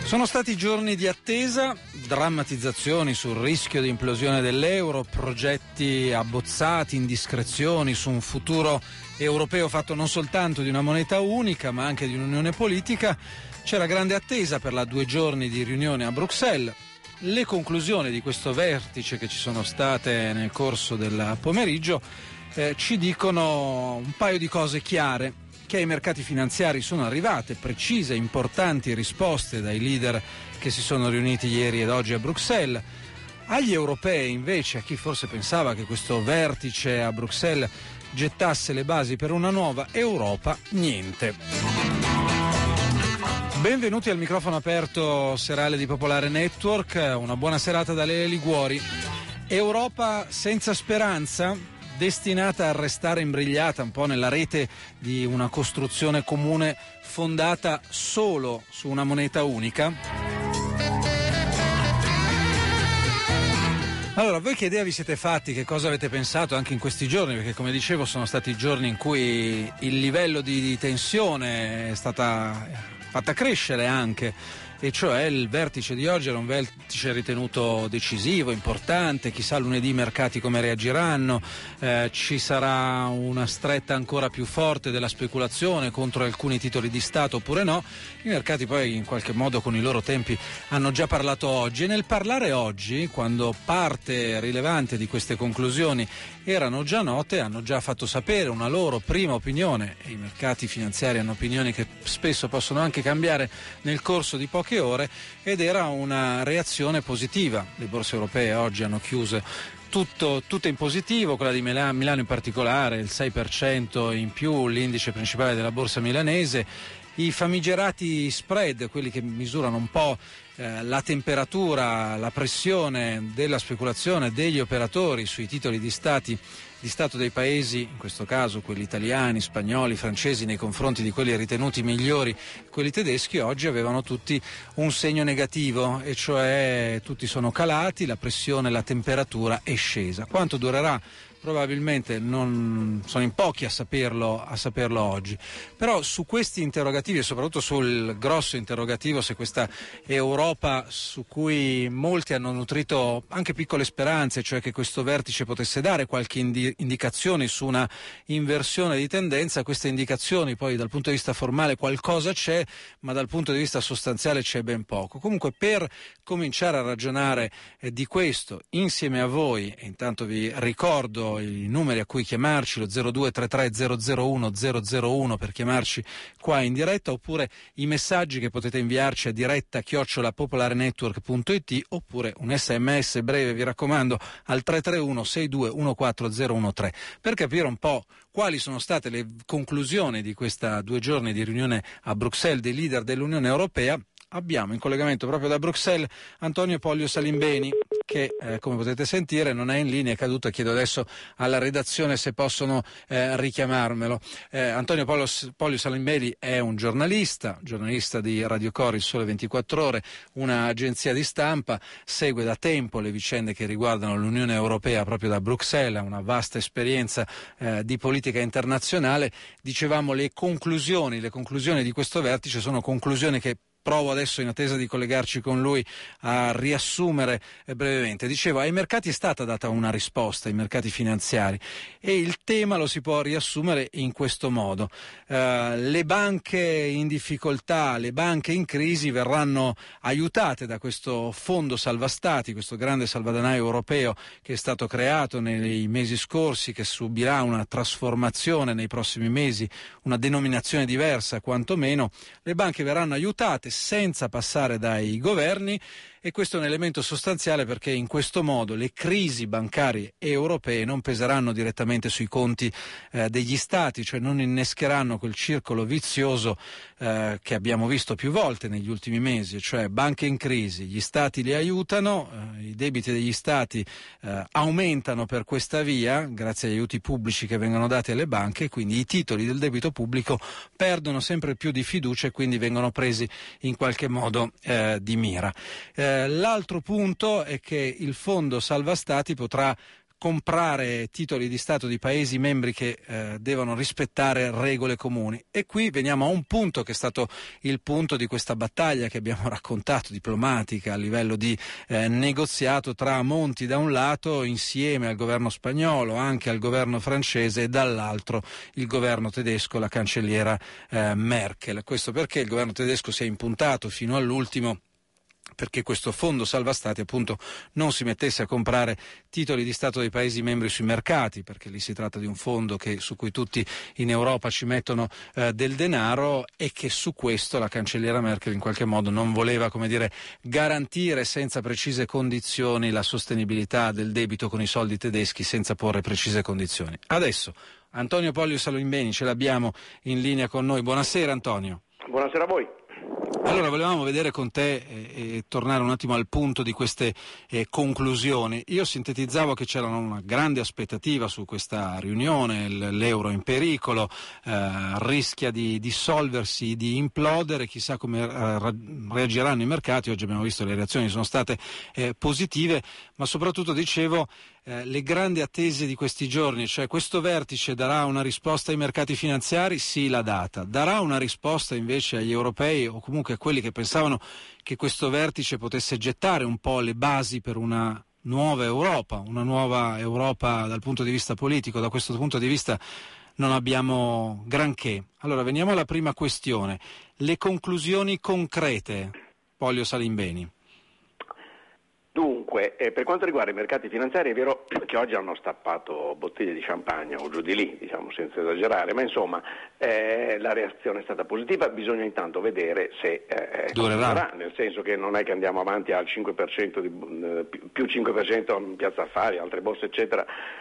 Sono stati giorni di attesa, drammatizzazioni sul rischio di implosione dell'euro, progetti abbozzati, indiscrezioni su un futuro europeo fatto non soltanto di una moneta unica ma anche di un'unione politica. C'era grande attesa per la 2 giorni di riunione a Bruxelles. Le conclusioni di questo vertice che ci sono state nel corso del pomeriggio ci dicono un paio di cose chiare. Che ai mercati finanziari sono arrivate precise e importanti risposte dai leader che si sono riuniti ieri ed oggi a Bruxelles. Agli europei invece, a chi forse pensava che questo vertice a Bruxelles gettasse le basi per una nuova Europa, niente. Benvenuti al microfono aperto serale di Popolare Network, una buona serata da Lele Liguori. Europa senza speranza? Destinata a restare imbrigliata un po' nella rete di una costruzione comune fondata solo su una moneta unica? Allora, voi che idea vi siete fatti, che cosa avete pensato anche in questi giorni? Perché come dicevo sono stati giorni in cui il livello di tensione è stata fatta crescere anche. E cioè il vertice di oggi era un vertice ritenuto decisivo, importante, chissà lunedì i mercati come reagiranno, ci sarà una stretta ancora più forte della speculazione contro alcuni titoli di Stato oppure no. I mercati poi in qualche modo con i loro tempi hanno già parlato oggi e nel parlare oggi, quando parte rilevante di queste conclusioni erano già note, hanno già fatto sapere una loro prima opinione, e i mercati finanziari hanno opinioni che spesso possono anche cambiare nel corso di poche ore, ed era una reazione positiva. Le borse europee oggi hanno chiuso tutte in positivo, quella di Milano in particolare, il 6% in più, l'indice principale della borsa milanese. I famigerati spread, quelli che misurano un po' la temperatura, la pressione della speculazione degli operatori sui titoli di Stato dei paesi, in questo caso quelli italiani, spagnoli, francesi, nei confronti di quelli ritenuti migliori, quelli tedeschi, oggi avevano tutti un segno negativo, e cioè tutti sono calati, la pressione, la temperatura è scesa. Quanto durerà? Probabilmente non sono in pochi a saperlo oggi, però su questi interrogativi e soprattutto sul grosso interrogativo se questa Europa, su cui molti hanno nutrito anche piccole speranze, cioè che questo vertice potesse dare qualche indicazione su una inversione di tendenza, queste indicazioni poi dal punto di vista formale qualcosa c'è, ma dal punto di vista sostanziale c'è ben poco. Comunque, per cominciare a ragionare di questo insieme a voi, e intanto vi ricordo i numeri a cui chiamarci, lo 0233 001 001 per chiamarci qua in diretta, oppure i messaggi che potete inviarci a diretta @popolarenetwork.it, oppure un SMS breve, vi raccomando, al 331 62 14013, per capire un po' quali sono state le conclusioni di questa 2 giorni di riunione a Bruxelles dei leader dell'Unione Europea. Abbiamo in collegamento proprio da Bruxelles Antonio Pollio Salimbeni, che come potete sentire non è in linea, è caduto, e chiedo adesso alla redazione se possono richiamarmelo. Antonio Pollio Salimbeni è un giornalista di Radio Cori, Il Sole 24 Ore, un'agenzia di stampa, segue da tempo le vicende che riguardano l'Unione Europea proprio da Bruxelles, ha una vasta esperienza di politica internazionale. Dicevamo, le conclusioni di questo vertice sono conclusioni che provo adesso, in attesa di collegarci con lui, a riassumere brevemente. Dicevo, ai mercati è stata data una risposta, ai mercati finanziari, e il tema lo si può riassumere in questo modo. Le banche in difficoltà, le banche in crisi verranno aiutate da questo fondo salva stati, questo grande salvadanaio europeo che è stato creato nei mesi scorsi, che subirà una trasformazione nei prossimi mesi, una denominazione diversa quantomeno. Le banche verranno aiutate senza passare dai governi, e questo è un elemento sostanziale perché in questo modo le crisi bancarie europee non peseranno direttamente sui conti degli stati, cioè non innescheranno quel circolo vizioso che abbiamo visto più volte negli ultimi mesi, cioè banche in crisi, gli stati li aiutano, i debiti degli stati aumentano per questa via grazie agli aiuti pubblici che vengono dati alle banche, quindi i titoli del debito pubblico perdono sempre più di fiducia e quindi vengono presi in qualche modo di mira. L'altro punto è che il fondo salva stati potrà comprare titoli di Stato di paesi membri che devono rispettare regole comuni. E qui veniamo a un punto che è stato il punto di questa battaglia che abbiamo raccontato, diplomatica, a livello di negoziato tra Monti da un lato, insieme al governo spagnolo, anche al governo francese, e dall'altro il governo tedesco, la cancelliera Merkel. Questo perché il governo tedesco si è impuntato fino all'ultimo perché questo fondo salva stati appunto non si mettesse a comprare titoli di Stato dei Paesi membri sui mercati, perché lì si tratta di un fondo su cui tutti in Europa ci mettono del denaro, e che su questo la cancelliera Merkel in qualche modo non voleva, come dire, garantire senza precise condizioni la sostenibilità del debito con i soldi tedeschi senza porre precise condizioni. Adesso Antonio Pollio Salimbeni ce l'abbiamo in linea con noi. Buonasera Antonio. Buonasera a voi. Allora, volevamo vedere con te e tornare un attimo al punto di queste conclusioni. Io sintetizzavo che c'era una grande aspettativa su questa riunione, l'euro in pericolo, rischia di dissolversi, di implodere, chissà come reagiranno i mercati. Oggi abbiamo visto le reazioni sono state positive, ma soprattutto dicevo le grandi attese di questi giorni, cioè questo vertice darà una risposta ai mercati finanziari? Sì, l'ha data. Darà una risposta invece agli europei o comunque a quelli che pensavano che questo vertice potesse gettare un po' le basi per una nuova Europa dal punto di vista politico? Da questo punto di vista non abbiamo granché. Allora veniamo alla prima questione, le conclusioni concrete, Pollio Salimbeni. Dunque, per quanto riguarda i mercati finanziari è vero che oggi hanno stappato bottiglie di champagne o giù di lì, diciamo senza esagerare, ma insomma la reazione è stata positiva, bisogna intanto vedere se durerà, nel senso che non è che andiamo avanti al 5%, più 5% in Piazza Affari, altre borse eccetera,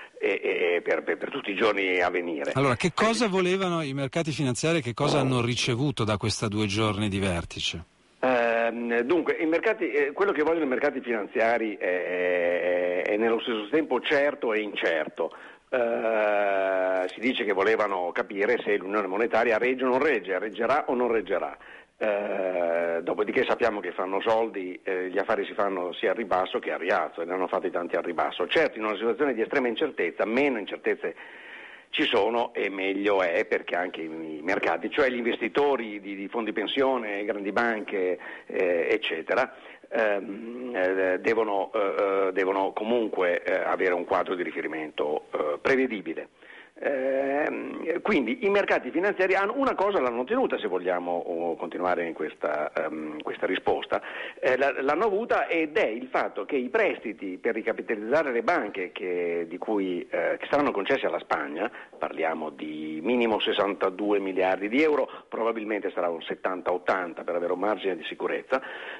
per tutti i giorni a venire. Allora, che cosa volevano i mercati finanziari e che cosa hanno ricevuto da questi 2 giorni di vertice? Dunque, quello che vogliono i mercati finanziari è nello stesso tempo certo e incerto. Si dice che volevano capire se l'unione monetaria regge o non regge, reggerà o non reggerà. Dopodiché sappiamo che fanno soldi, gli affari si fanno sia a ribasso che a rialzo, e ne hanno fatti tanti a ribasso. Certo, in una situazione di estrema incertezza, meno incertezze ci sono e meglio è, perché anche i mercati, cioè gli investitori di fondi pensione, grandi banche, eccetera, devono comunque avere un quadro di riferimento prevedibile. Quindi i mercati finanziari l'hanno tenuta, se vogliamo continuare in questa risposta, l'hanno avuta, ed è il fatto che i prestiti per ricapitalizzare le banche che saranno concessi alla Spagna, parliamo di minimo 62 miliardi di euro, probabilmente sarà un 70-80 per avere un margine di sicurezza,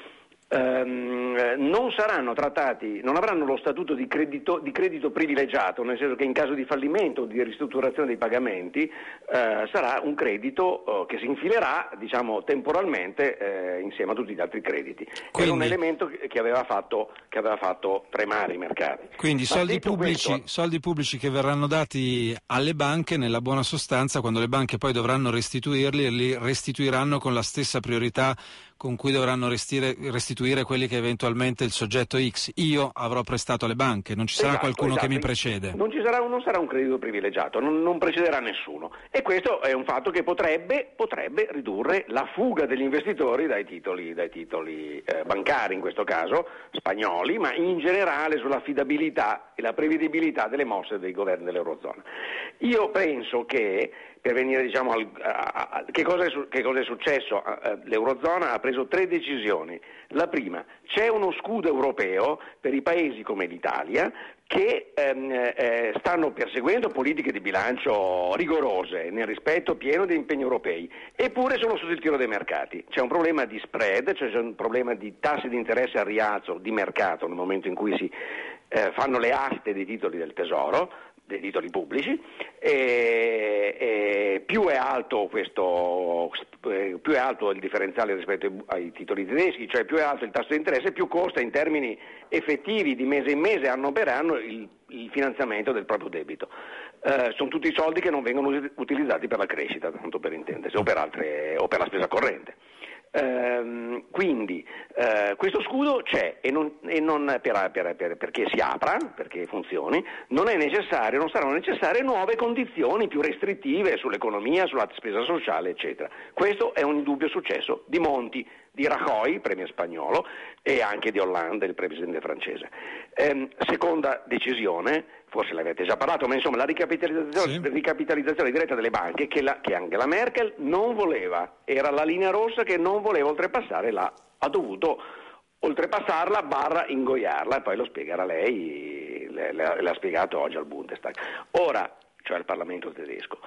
non saranno trattati, non avranno lo statuto di credito privilegiato, nel senso che in caso di fallimento o di ristrutturazione dei pagamenti sarà un credito che si infilerà, diciamo, temporalmente insieme a tutti gli altri crediti. Quindi, era un elemento che aveva fatto tremare i mercati. Quindi soldi pubblici che verranno dati alle banche, nella buona sostanza, quando le banche poi dovranno restituirli, li restituiranno con la stessa priorità con cui dovranno restituire quelli che eventualmente il soggetto X, io avrò prestato alle banche, non ci sarà qualcuno che mi precede. Non sarà un credito privilegiato, non precederà nessuno, e questo è un fatto che potrebbe ridurre la fuga degli investitori dai titoli bancari, in questo caso spagnoli, ma in generale sull'affidabilità e la prevedibilità delle mosse dei governi dell'Eurozona. Io penso che, per venire, diciamo, che cosa è successo? L'Eurozona ha preso 3 decisioni. La prima, c'è uno scudo europeo per i paesi come l'Italia che stanno perseguendo politiche di bilancio rigorose nel rispetto pieno degli impegni europei, eppure sono sotto il tiro dei mercati. C'è un problema di spread, cioè c'è un problema di tassi di interesse a rialzo di mercato nel momento in cui si fanno le aste dei titoli del Tesoro, dei titoli pubblici, più è alto il differenziale rispetto ai titoli tedeschi, cioè più è alto il tasso di interesse, più costa in termini effettivi di mese in mese, anno per anno, il finanziamento del proprio debito. Sono tutti soldi che non vengono utilizzati per la crescita, tanto per intendersi, o per la spesa corrente. Quindi questo scudo c'è e non perché si apra, perché funzioni, non saranno necessarie nuove condizioni più restrittive sull'economia, sulla spesa sociale, eccetera. Questo è un indubbio successo di Monti, di Rajoy, premier spagnolo, e anche di Hollande, il presidente francese. Seconda decisione, forse l'avete già parlato, ma insomma la ricapitalizzazione diretta delle banche che Angela Merkel non voleva, era la linea rossa che non voleva oltrepassare, ha dovuto oltrepassarla / ingoiarla, e poi lo spiegherà lei, l'ha spiegato oggi al Bundestag. Ora, cioè al Parlamento tedesco.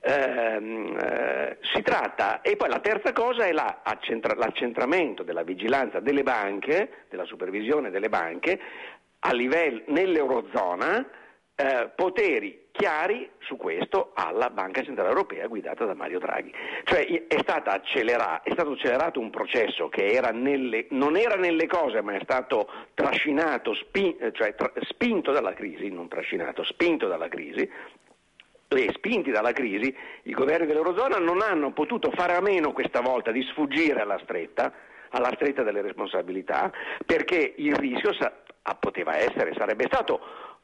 Si tratta, e poi la terza cosa è l'accentramento della vigilanza delle banche, della supervisione delle banche a livello nell'Eurozona, poteri chiari su questo alla Banca Centrale Europea guidata da Mario Draghi. Cioè è stato accelerato un processo che non era nelle cose, ma è stato trascinato, spinto dalla crisi, non trascinato, spinto dalla crisi. E spinti dalla crisi, i governi dell'Eurozona non hanno potuto fare a meno questa volta di sfuggire alla stretta delle responsabilità, perché il rischio sarebbe stato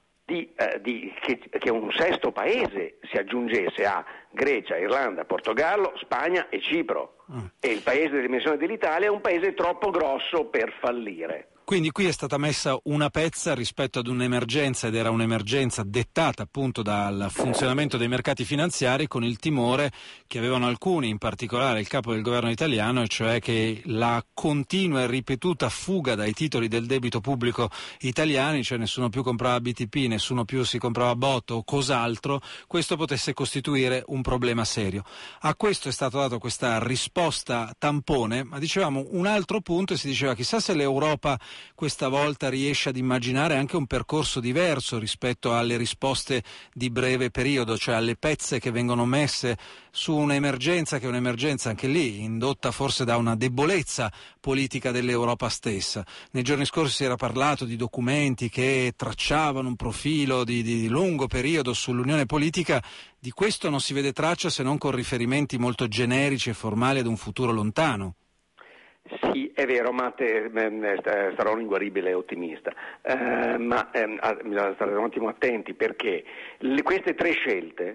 che un sesto paese si aggiungesse a Grecia, Irlanda, Portogallo, Spagna e Cipro. E il paese di dimensione dell'Italia è un paese troppo grosso per fallire. Quindi qui è stata messa una pezza rispetto ad un'emergenza, ed era un'emergenza dettata appunto dal funzionamento dei mercati finanziari, con il timore che avevano alcuni, in particolare il capo del governo italiano, e cioè che la continua e ripetuta fuga dai titoli del debito pubblico italiani, cioè nessuno più comprava BTP, nessuno più si comprava botto o cos'altro, questo potesse costituire un problema serio. A questo è stato dato questa risposta tampone, ma dicevamo un altro punto, e si diceva chissà se l'Europa questa volta riesce ad immaginare anche un percorso diverso rispetto alle risposte di breve periodo, cioè alle pezze che vengono messe su un'emergenza che è un'emergenza anche lì indotta forse da una debolezza politica dell'Europa stessa. Nei giorni scorsi si era parlato di documenti che tracciavano un profilo di lungo periodo sull'unione politica. Di questo non si vede traccia, se non con riferimenti molto generici e formali ad un futuro lontano. Sì, è vero, ma sarò un inguaribile ottimista, ma bisogna stare un attimo attenti, perché queste tre scelte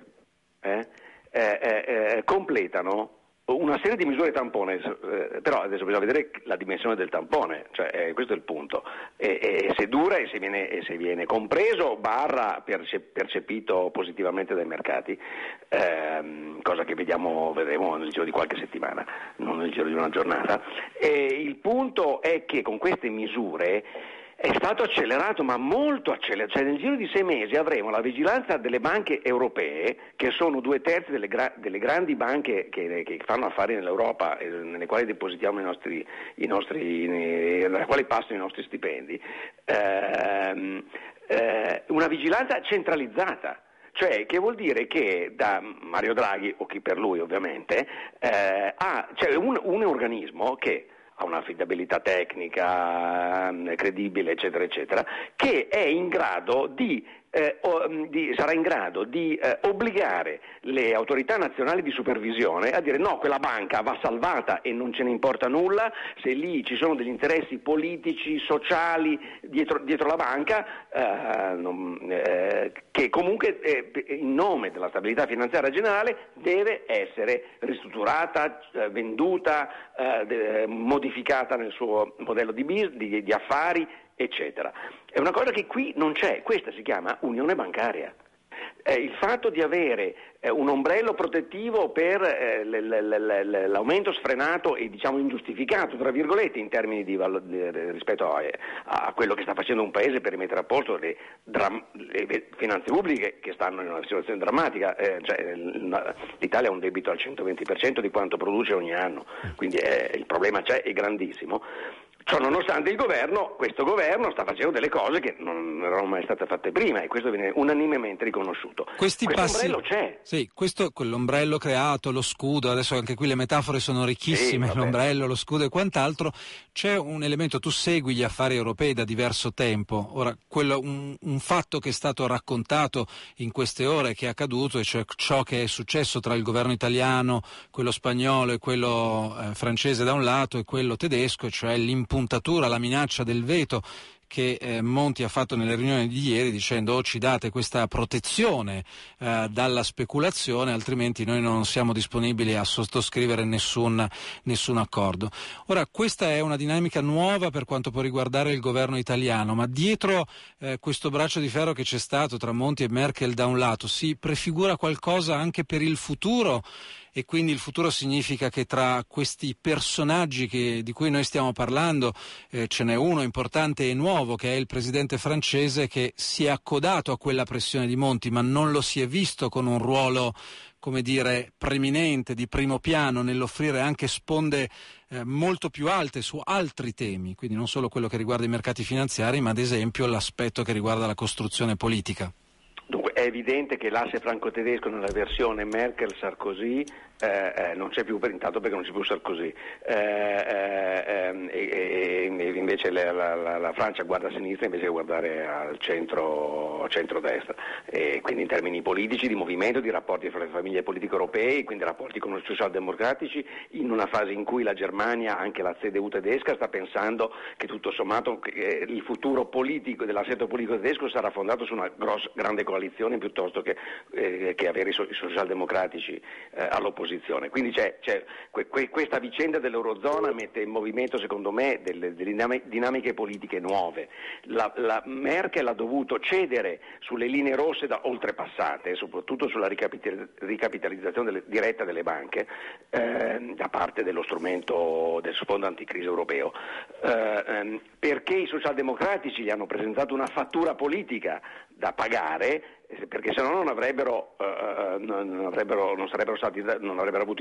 completano una serie di misure tampone, però adesso bisogna vedere la dimensione del tampone, cioè questo è il punto, e se dura e se viene compreso / percepito positivamente dai mercati, cosa che vedremo nel giro di qualche settimana, non nel giro di una giornata. E il punto è che con queste misure è stato accelerato, ma molto accelerato, cioè nel giro di 6 mesi avremo la vigilanza delle banche europee, che sono 2/3 delle grandi banche che fanno affari nell'Europa, nelle quali depositiamo nelle quali passano i nostri stipendi, una vigilanza centralizzata. Cioè, che vuol dire che da Mario Draghi, o chi per lui ovviamente, c'è un organismo che ha un'affidabilità tecnica credibile, eccetera, eccetera, che è in grado sarà in grado di obbligare le autorità nazionali di supervisione a dire no, quella banca va salvata e non ce ne importa nulla, se lì ci sono degli interessi politici, sociali dietro la banca, che comunque in nome della stabilità finanziaria generale deve essere ristrutturata, venduta, modificata nel suo modello di affari, eccetera. È una cosa che qui non c'è, questa si chiama unione bancaria. Il fatto di avere un ombrello protettivo per l'aumento sfrenato e diciamo ingiustificato, tra virgolette, in termini rispetto a quello che sta facendo un paese per rimettere a posto le finanze pubbliche, che stanno in una situazione drammatica, l'Italia ha un debito al 120% di quanto produce ogni anno, quindi il problema c'è, è grandissimo. Ciò nonostante questo governo sta facendo delle cose che non erano mai state fatte prima, e questo viene unanimemente riconosciuto. Questo ombrello c'è. Sì, quell'ombrello creato, lo scudo, adesso anche qui le metafore sono ricchissime, Sì, l'ombrello, lo scudo e quant'altro. C'è un elemento, tu segui gli affari europei da diverso tempo, ora un fatto che è stato raccontato in queste ore che è accaduto, e cioè ciò che è successo tra il governo italiano, quello spagnolo e quello francese da un lato e quello tedesco, cioè l'impuntatura, la minaccia del veto che Monti ha fatto nelle riunioni di ieri, dicendo o ci date questa protezione dalla speculazione, altrimenti noi non siamo disponibili a sottoscrivere nessun accordo. Ora, questa è una dinamica nuova per quanto può riguardare il governo italiano, ma dietro questo braccio di ferro che c'è stato tra Monti e Merkel da un lato si prefigura qualcosa anche per il futuro? E quindi il futuro significa che tra questi personaggi di cui noi stiamo parlando ce n'è uno importante e nuovo, che è il presidente francese, che si è accodato a quella pressione di Monti, ma non lo si è visto con un ruolo, come dire, preminente, di primo piano, nell'offrire anche sponde molto più alte su altri temi, quindi non solo quello che riguarda i mercati finanziari, ma ad esempio l'aspetto che riguarda la costruzione politica. Dunque è evidente che l'asse franco-tedesco nella versione Merkel-Sarkozy non c'è più, intanto perché non c'è più Sarkozy, e invece la Francia guarda a sinistra invece che guardare al centro-destra, e quindi in termini politici, di movimento, di rapporti fra le famiglie politiche europee, quindi rapporti con i socialdemocratici, in una fase in cui la Germania, anche la CDU tedesca, sta pensando che tutto sommato il futuro politico dell'assetto politico tedesco sarà fondato su una grande coalizione piuttosto che avere i socialdemocratici all'opposizione. Quindi c'è questa vicenda dell'Eurozona mette in movimento, secondo me, delle dinamiche politiche nuove. La Merkel ha dovuto cedere sulle linee rosse oltrepassate, soprattutto sulla ricapitalizzazione diretta delle banche da parte dello strumento del fondo anticrisi europeo, perché i socialdemocratici gli hanno presentato una fattura politica da pagare, perché se no non avrebbero avuto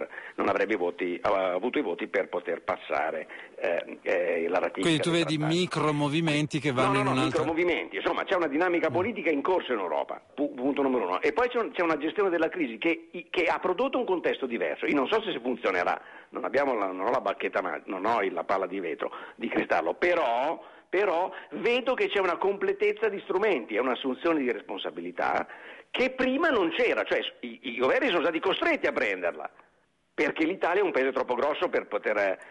i voti per poter passare la ratifica. Quindi tu vedi micromovimenti che vanno in un'altra... micromovimenti, insomma c'è una dinamica politica in corso in Europa, punto numero uno, e poi c'è una gestione della crisi che ha prodotto un contesto diverso. Io non so se funzionerà, non ho la bacchetta, non ho la palla di vetro, di cristallo, però vedo che c'è una completezza di strumenti e un'assunzione di responsabilità che prima non c'era, cioè i governi sono stati costretti a prenderla, perché l'Italia è un paese troppo grosso per poter,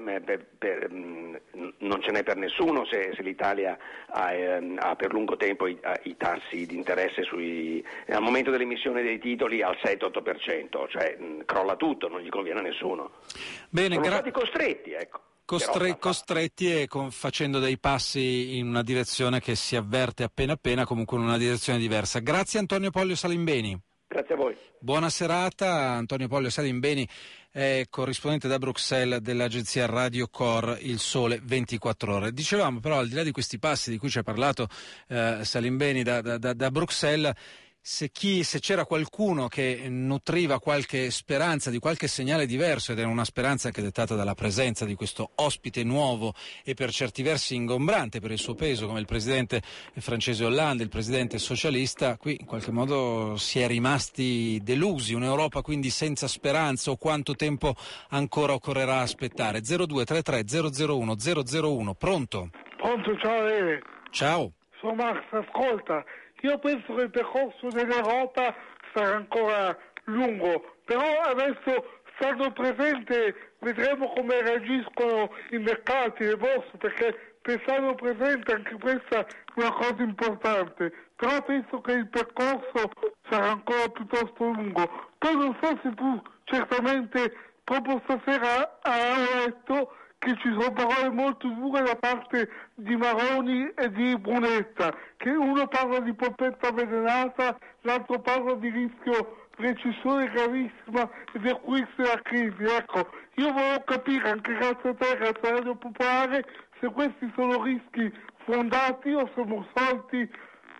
non ce n'è per nessuno se l'Italia ha per lungo tempo i tassi di interesse al momento dell'emissione dei titoli al 7-8%, cioè crolla tutto, non gli conviene a nessuno. Bene, sono stati costretti, ecco. Costretti e facendo dei passi in una direzione che si avverte appena comunque in una direzione diversa. Grazie Antonio Pollio Salimbeni. Grazie a voi. Buona serata. Antonio Pollio Salimbeni è corrispondente da Bruxelles dell'agenzia Radio Cor Il Sole 24 Ore. Dicevamo però, al di là di questi passi di cui ci ha parlato Salimbeni da Bruxelles, se c'era qualcuno che nutriva qualche speranza di qualche segnale diverso, ed è una speranza anche dettata dalla presenza di questo ospite nuovo e per certi versi ingombrante per il suo peso, come il presidente francese Hollande, il presidente socialista, qui in qualche modo si è rimasti delusi. Un'Europa quindi senza speranza, o quanto tempo ancora occorrerà aspettare? 0233 001 001, pronto? Pronto, ciao Ere. Ciao. Sono Max, ascolta. Io penso che il percorso dell'Europa sarà ancora lungo, però adesso, stando presente, vedremo come reagiscono i mercati, le borse, perché stando presente anche questa è una cosa importante, però penso che il percorso sarà ancora piuttosto lungo. Poi non so se tu certamente proprio stasera hai letto che ci sono parole molto dure da parte di Maroni e di Brunetta, che uno parla di polpetta avvelenata, l'altro parla di rischio recessione gravissima e di acuirsi la crisi. Ecco, io volevo capire, anche grazie a te, grazie a Radio Popolare, se questi sono rischi fondati o siamo soliti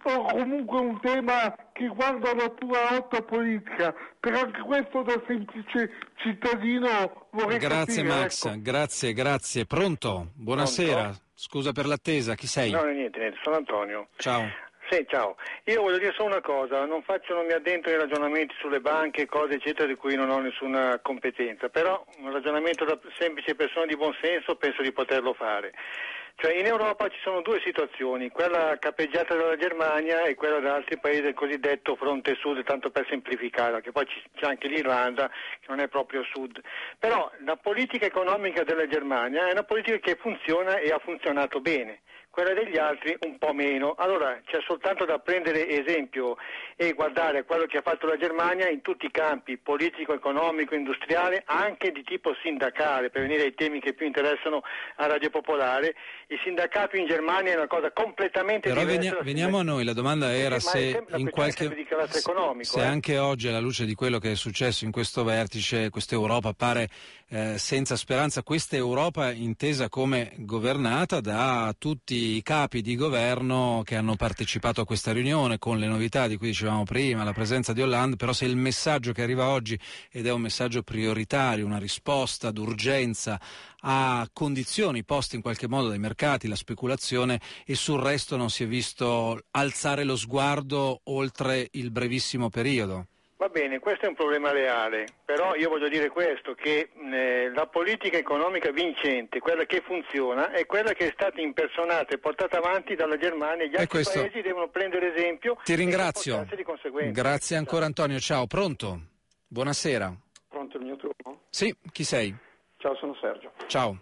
o comunque un tema che riguarda la tua lotta politica? Per anche questo da semplice cittadino vorrei Grazie capire. Max, Ecco. grazie. Pronto? Buonasera. Pronto? Scusa per l'attesa, chi sei? No, niente, sono Antonio. Ciao. Sì, ciao. Io voglio dire solo una cosa, non mi addentro in ragionamenti sulle banche, cose eccetera di cui non ho nessuna competenza, però un ragionamento da semplice persona di buon senso penso di poterlo fare. Cioè in Europa ci sono due situazioni, quella capeggiata dalla Germania e quella da altri paesi del cosiddetto fronte sud, tanto per semplificare, che poi c'è anche l'Irlanda che non è proprio sud. Però la politica economica della Germania è una politica che funziona e ha funzionato bene. Quella degli altri un po' meno. Allora c'è soltanto da prendere esempio e guardare quello che ha fatto la Germania in tutti i campi, politico, economico, industriale, anche di tipo sindacale, per venire ai temi che più interessano a Radio Popolare. Il sindacato in Germania è una cosa completamente diversa. Però veniamo a noi, la domanda era se in qualche di carattere economico, se anche oggi alla luce di quello che è successo in questo vertice, questa Europa pare senza speranza, questa Europa intesa come governata da tutti i capi di governo che hanno partecipato a questa riunione, con le novità di cui dicevamo prima, la presenza di Hollande, però se il messaggio che arriva oggi, ed è un messaggio prioritario, una risposta d'urgenza a condizioni poste in qualche modo dai mercati, la speculazione, e sul resto non si è visto alzare lo sguardo oltre il brevissimo periodo. Va bene, questo è un problema reale, però io voglio dire questo, che la politica economica vincente, quella che funziona, è quella che è stata impersonata e portata avanti dalla Germania, e gli altri paesi devono prendere esempio. Ti ringrazio. E comportarsi di conseguenza. Grazie ancora Antonio, ciao. Pronto? Buonasera. Pronto il mio turno? Sì, chi sei? Ciao, sono Sergio. Ciao.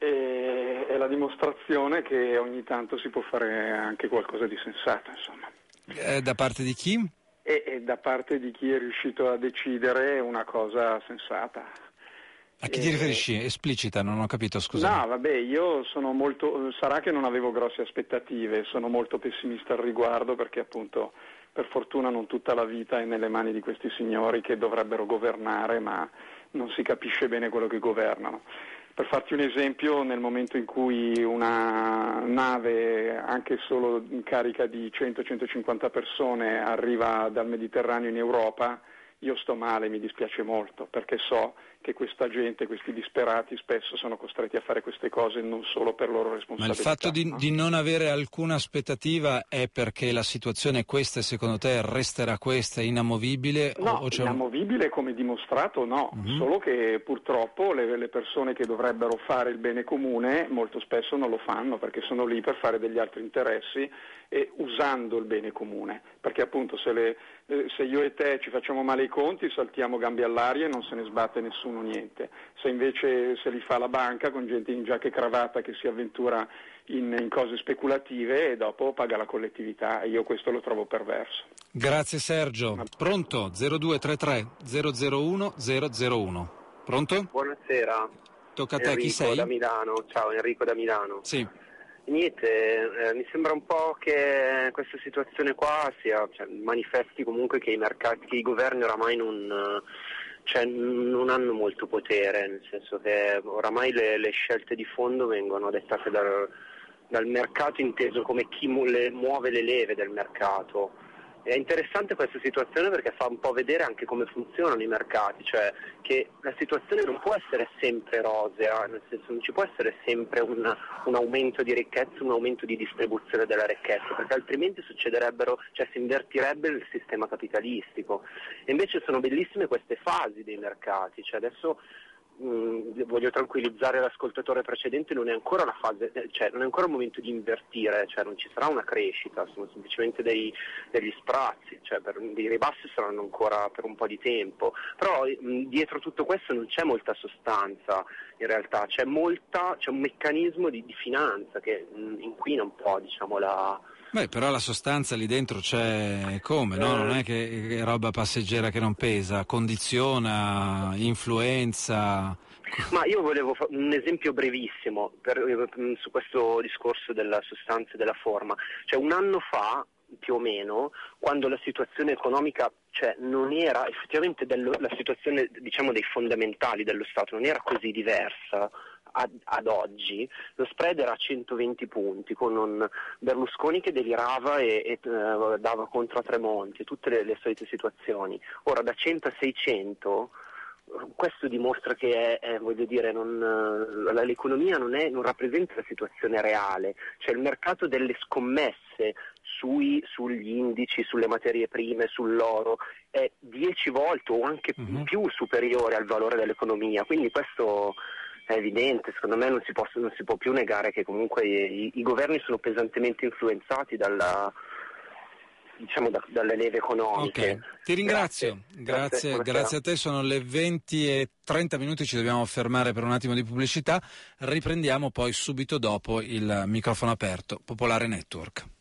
È la dimostrazione che ogni tanto si può fare anche qualcosa di sensato, insomma. Da parte di chi? E da parte di chi è riuscito a decidere una cosa sensata. A chi ti riferisci? Esplicita, non ho capito, scusa. No, vabbè, io sono molto, sarà che non avevo grosse aspettative, sono molto pessimista al riguardo perché appunto per fortuna non tutta la vita è nelle mani di questi signori che dovrebbero governare, ma non si capisce bene quello che governano. Per farti un esempio, nel momento in cui una nave, anche solo carica di 100-150 persone, arriva dal Mediterraneo in Europa, io sto male, mi dispiace molto, perché so che questa gente, questi disperati, spesso sono costretti a fare queste cose non solo per loro responsabilità. Ma il fatto di non avere alcuna aspettativa è perché la situazione è questa e secondo te resterà questa, inamovibile? No, inamovibile come dimostrato no, solo che purtroppo le persone che dovrebbero fare il bene comune molto spesso non lo fanno perché sono lì per fare degli altri interessi e usando il bene comune, perché appunto se io e te ci facciamo male i conti saltiamo gambe all'aria e non se ne sbatte nessuno niente, se invece se li fa la banca con gente in giacca e cravatta che si avventura in cose speculative e dopo paga la collettività, e io questo lo trovo perverso. Grazie Sergio. Pronto? 0233 001 001. Pronto? Buonasera. Tocca a te, chi sei? Da Milano. Ciao, Enrico da Milano. Sì. Niente, mi sembra un po' che questa situazione qua manifesti comunque che i mercati, che i governi oramai non hanno molto potere, nel senso che oramai le scelte di fondo vengono dettate dal mercato, inteso come chi muove le leve del mercato. È interessante questa situazione perché fa un po' vedere anche come funzionano i mercati, cioè che la situazione non può essere sempre rosea, nel senso non ci può essere sempre un aumento di ricchezza, un aumento di distribuzione della ricchezza, perché altrimenti si invertirebbe il sistema capitalistico. E invece sono bellissime queste fasi dei mercati, cioè adesso voglio tranquillizzare l'ascoltatore precedente, non è ancora la fase, non è ancora il momento di invertire, non ci sarà una crescita, sono semplicemente degli sprazzi, dei ribassi saranno ancora per un po' di tempo, però dietro tutto questo non c'è molta sostanza, in realtà c'è un meccanismo di finanza che inquina un po', Beh, però la sostanza lì dentro c'è come, no? Non è che è roba passeggera che non pesa, condiziona, influenza. Ma io volevo fare un esempio brevissimo su questo discorso della sostanza e della forma. Un anno fa, più o meno, quando la situazione economica non era effettivamente la situazione dei fondamentali dello Stato non era così diversa ad oggi lo spread era a 120 punti, con un Berlusconi che delirava e dava contro a Tremonti, tutte le solite situazioni. Ora da 100 a 600, questo dimostra che l'economia non rappresenta la situazione reale, cioè il mercato delle scommesse sugli indici, sulle materie prime, sull'oro è 10 volte o anche più superiore al valore dell'economia, quindi questo è evidente. Secondo me non si può più negare che comunque i governi sono pesantemente influenzati dalle leve economiche. Okay. Ti ringrazio, grazie a te. Sono le 20:30, ci dobbiamo fermare per un attimo di pubblicità, riprendiamo poi subito dopo il microfono aperto. Popolare Network.